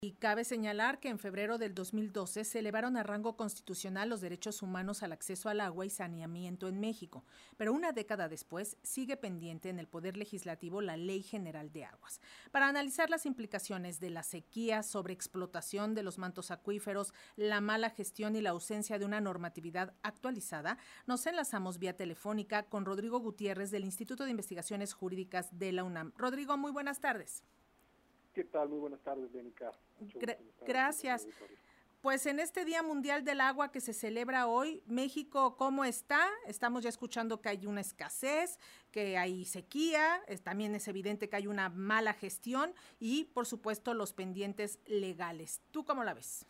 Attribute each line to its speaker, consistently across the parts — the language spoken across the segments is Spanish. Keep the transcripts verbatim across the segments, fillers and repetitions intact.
Speaker 1: Y cabe señalar que en febrero del dos mil doce se elevaron a rango constitucional los derechos humanos al acceso al agua y saneamiento en México, pero una década después sigue pendiente en el Poder Legislativo la Ley General de Aguas. Para analizar las implicaciones de la sequía, sobreexplotación de los mantos acuíferos, la mala gestión y la ausencia de una normatividad actualizada, nos enlazamos vía telefónica con Rodrigo Gutiérrez del Instituto de Investigaciones Jurídicas de la UNAM. Rodrigo, muy buenas tardes.
Speaker 2: ¿Qué tal? Muy buenas tardes, Denica.
Speaker 1: Gra- gracias. Pues en este Día Mundial del Agua que se celebra hoy, México, ¿cómo está? Estamos ya escuchando que hay una escasez, que hay sequía, es, también es evidente que hay una mala gestión y, por supuesto, los pendientes legales. ¿Tú cómo la ves?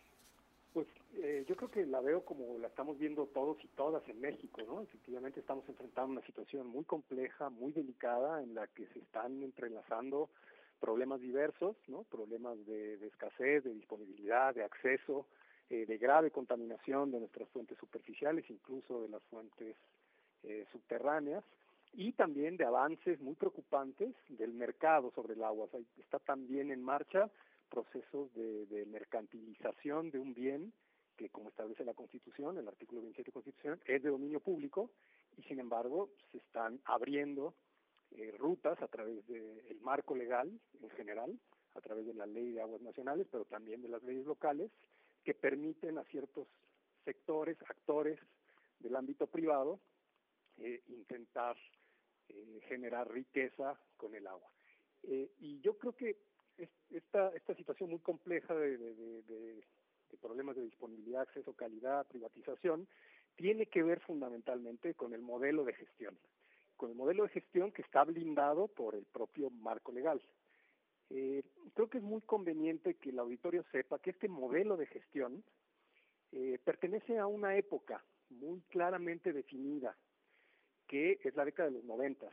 Speaker 2: Pues eh, yo creo que la veo como la estamos viendo todos y todas en México, ¿no? Efectivamente estamos enfrentando una situación muy compleja, muy delicada, en la que se están entrelazando problemas diversos, ¿no? Problemas de, de escasez, de disponibilidad, de acceso, eh, de grave contaminación de nuestras fuentes superficiales, incluso de las fuentes eh, subterráneas, y también de avances muy preocupantes del mercado sobre el agua. O sea, está también en marcha procesos de, de mercantilización de un bien que, como establece la Constitución, el artículo veintisiete de la Constitución, es de dominio público, y sin embargo se están abriendo Eh, rutas a través del marco legal en general, a través de la Ley de Aguas Nacionales, pero también de las leyes locales, que permiten a ciertos sectores, actores del ámbito privado, eh, intentar eh, generar riqueza con el agua. Eh, y yo creo que es, esta, esta situación muy compleja de, de, de, de, de problemas de disponibilidad, acceso, calidad, privatización, tiene que ver fundamentalmente con el modelo de gestión. con el modelo de gestión que está blindado por el propio marco legal. Eh, creo que es muy conveniente que el auditorio sepa que este modelo de gestión eh, pertenece a una época muy claramente definida, que es la década de los noventas.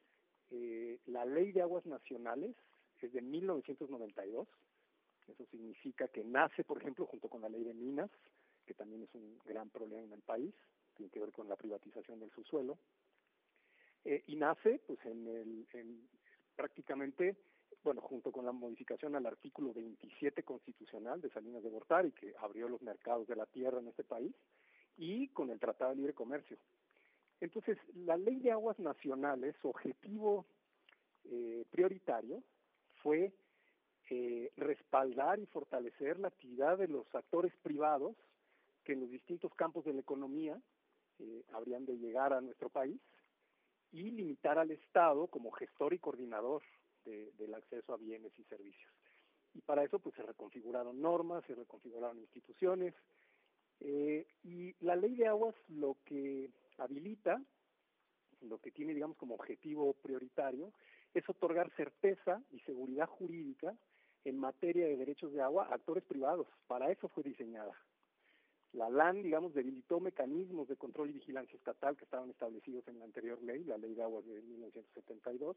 Speaker 2: Eh, la Ley de Aguas Nacionales es de mil novecientos noventa y dos, eso significa que nace, por ejemplo, junto con la Ley de Minas, que también es un gran problema en el país, tiene que ver con la privatización del subsuelo. Eh, y nace pues en el en, prácticamente, bueno, junto con la modificación al artículo veintisiete constitucional de Salinas de Gortari, que abrió los mercados de la tierra en este país, y con el Tratado de Libre Comercio. Entonces, la Ley de Aguas Nacionales, su objetivo eh, prioritario fue eh, respaldar y fortalecer la actividad de los actores privados que en los distintos campos de la economía eh, habrían de llegar a nuestro país, y limitar al Estado como gestor y coordinador de, del acceso a bienes y servicios. Y para eso pues se reconfiguraron normas, se reconfiguraron instituciones, eh, y la Ley de Aguas lo que habilita, lo que tiene digamos como objetivo prioritario, es otorgar certeza y seguridad jurídica en materia de derechos de agua a actores privados. Para eso fue diseñada. La L A N, digamos, debilitó mecanismos de control y vigilancia estatal que estaban establecidos en la anterior ley, la Ley de Aguas de mil novecientos setenta y dos,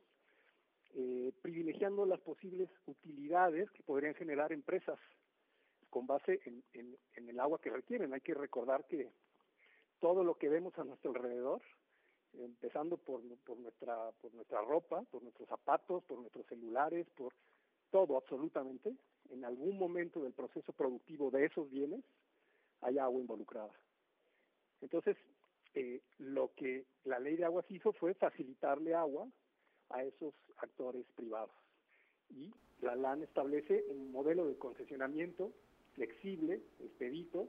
Speaker 2: eh, privilegiando las posibles utilidades que podrían generar empresas con base en, en, en el agua que requieren. Hay que recordar que todo lo que vemos a nuestro alrededor, empezando por, por, nuestra, por nuestra ropa, por nuestros zapatos, por nuestros celulares, por todo absolutamente, en algún momento del proceso productivo de esos bienes, hay agua involucrada. Entonces, eh, lo que la Ley de Aguas hizo fue facilitarle agua a esos actores privados. Y la L A N establece un modelo de concesionamiento flexible, expedito,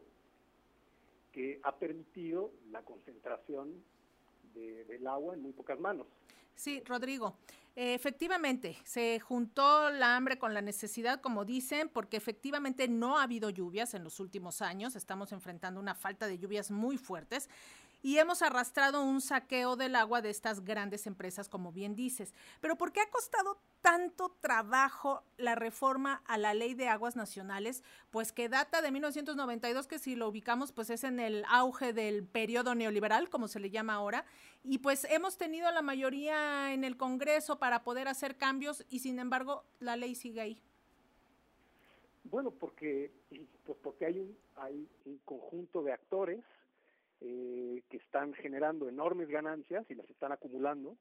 Speaker 2: que ha permitido la concentración de, del agua en muy pocas manos.
Speaker 1: Sí, Rodrigo, eh, efectivamente, se juntó la hambre con la necesidad, como dicen, porque efectivamente no ha habido lluvias en los últimos años, estamos enfrentando una falta de lluvias muy fuertes y hemos arrastrado un saqueo del agua de estas grandes empresas, como bien dices. Pero ¿por qué ha costado tanto trabajo la reforma a la Ley de Aguas Nacionales? Pues que data de mil novecientos noventa y dos, que si lo ubicamos, pues es en el auge del periodo neoliberal, como se le llama ahora, y pues hemos tenido la mayoría en el Congreso para poder hacer cambios y sin embargo la ley sigue ahí.
Speaker 2: Bueno, porque pues porque hay un hay un conjunto de actores eh, que están generando enormes ganancias y las están acumulando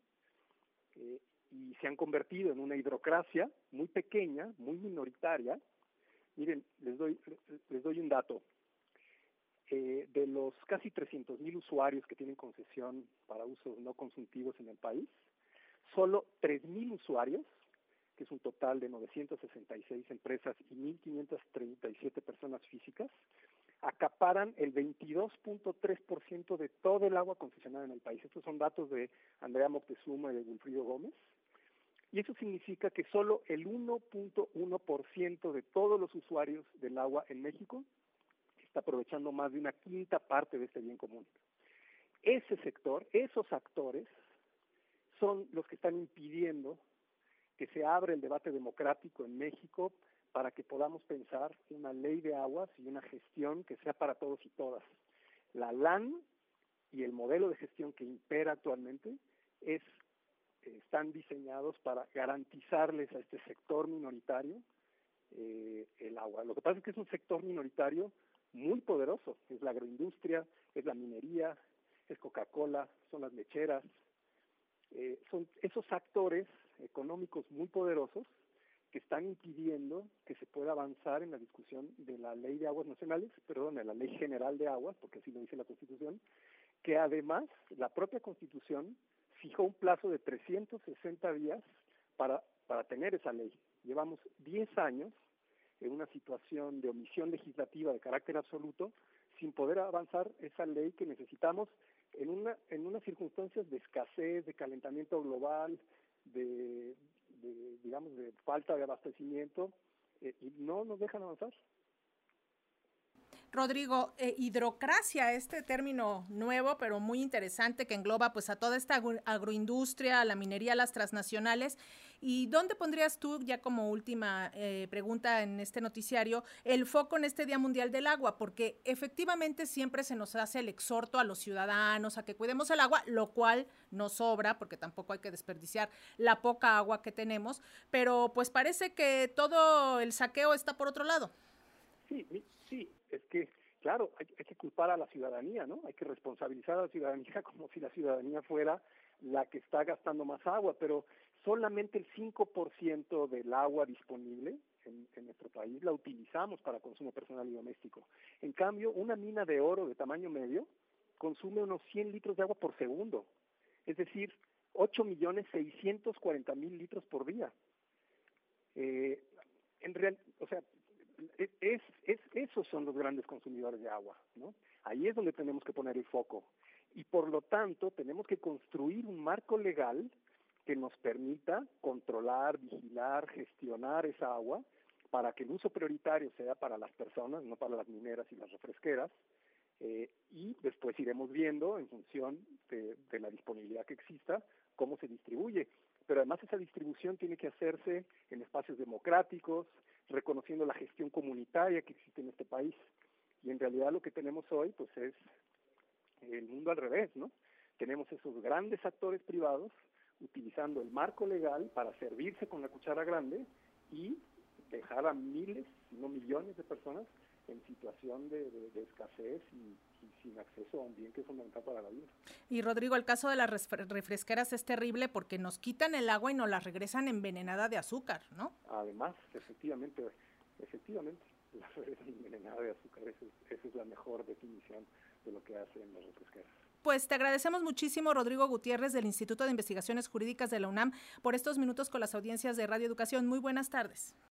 Speaker 2: eh, y se han convertido en una hidrocracia muy pequeña, muy minoritaria, Miren, les doy, les doy un dato. Eh, de los casi trescientos mil usuarios que tienen concesión para usos no consultivos en el país, solo tres mil usuarios, que es un total de novecientas sesenta y seis empresas y mil quinientas treinta y siete personas físicas, acaparan el veintidós punto tres por ciento de todo el agua concesionada en el país. Estos son datos de Andrea Moctezuma y de Wilfrido Gómez. Y eso significa que solo el uno punto uno por ciento de todos los usuarios del agua en México está aprovechando más de una quinta parte de este bien común. Ese sector, esos actores, son los que están impidiendo que se abra el debate democrático en México para que podamos pensar una ley de aguas y una gestión que sea para todos y todas. La L A N y el modelo de gestión que impera actualmente es, eh, están diseñados para garantizarles a este sector minoritario eh, el agua. Lo que pasa es que es un sector minoritario muy poderoso, es la agroindustria, es la minería, es Coca-Cola, son las lecheras, eh, son esos actores económicos muy poderosos que están impidiendo que se pueda avanzar en la discusión de la Ley de Aguas Nacionales, perdón, de la Ley General de Aguas, porque así lo dice la Constitución, que además la propia Constitución fijó un plazo de trescientos sesenta días para, para tener esa ley. Llevamos diez años en una situación de omisión legislativa de carácter absoluto, sin poder avanzar esa ley que necesitamos en una en unas circunstancias de escasez, de calentamiento global, de, de digamos, de falta de abastecimiento, eh, y no nos dejan avanzar.
Speaker 1: Rodrigo, eh, hidrocracia, este término nuevo, pero muy interesante, que engloba pues a toda esta agroindustria, a la minería, a las transnacionales. ¿Y dónde pondrías tú, ya como última eh, pregunta en este noticiario, el foco en este Día Mundial del Agua? Porque efectivamente siempre se nos hace el exhorto a los ciudadanos a que cuidemos el agua, lo cual no sobra, porque tampoco hay que desperdiciar la poca agua que tenemos, pero pues parece que todo el saqueo está por otro lado.
Speaker 2: Sí, sí, es que, claro, hay, hay que culpar a la ciudadanía, ¿no? Hay que responsabilizar a la ciudadanía como si la ciudadanía fuera la que está gastando más agua, pero solamente el cinco por ciento del agua disponible en, en nuestro país la utilizamos para consumo personal y doméstico. En cambio, una mina de oro de tamaño medio consume unos cien litros de agua por segundo, es decir, ocho millones seiscientos cuarenta mil litros por día. Eh, en real, o sea, Es, es, esos son los grandes consumidores de agua, ¿no? Ahí es donde tenemos que poner el foco. Y por lo tanto, tenemos que construir un marco legal que nos permita controlar, vigilar, gestionar esa agua para que el uso prioritario sea para las personas, no para las mineras y las refresqueras, eh, y después iremos viendo, en función de, de la disponibilidad que exista, cómo se distribuye. Pero además esa distribución tiene que hacerse en espacios democráticos, reconociendo la gestión comunitaria que existe en este país. Y en realidad lo que tenemos hoy pues es el mundo al revés, ¿no? Tenemos esos grandes actores privados utilizando el marco legal para servirse con la cuchara grande y dejar a miles, si no millones de personas en situación de, de, de escasez y, y sin acceso a un bien que es fundamental para la vida.
Speaker 1: Y Rodrigo, el caso de las refresqueras es terrible porque nos quitan el agua y nos la regresan envenenada de azúcar, ¿no?
Speaker 2: Además, efectivamente, efectivamente, la regresan envenenada de azúcar, esa es, esa es la mejor definición de lo que hacen las refresqueras.
Speaker 1: Pues te agradecemos muchísimo, Rodrigo Gutiérrez, del Instituto de Investigaciones Jurídicas de la UNAM, por estos minutos con las audiencias de Radio Educación. Muy buenas tardes.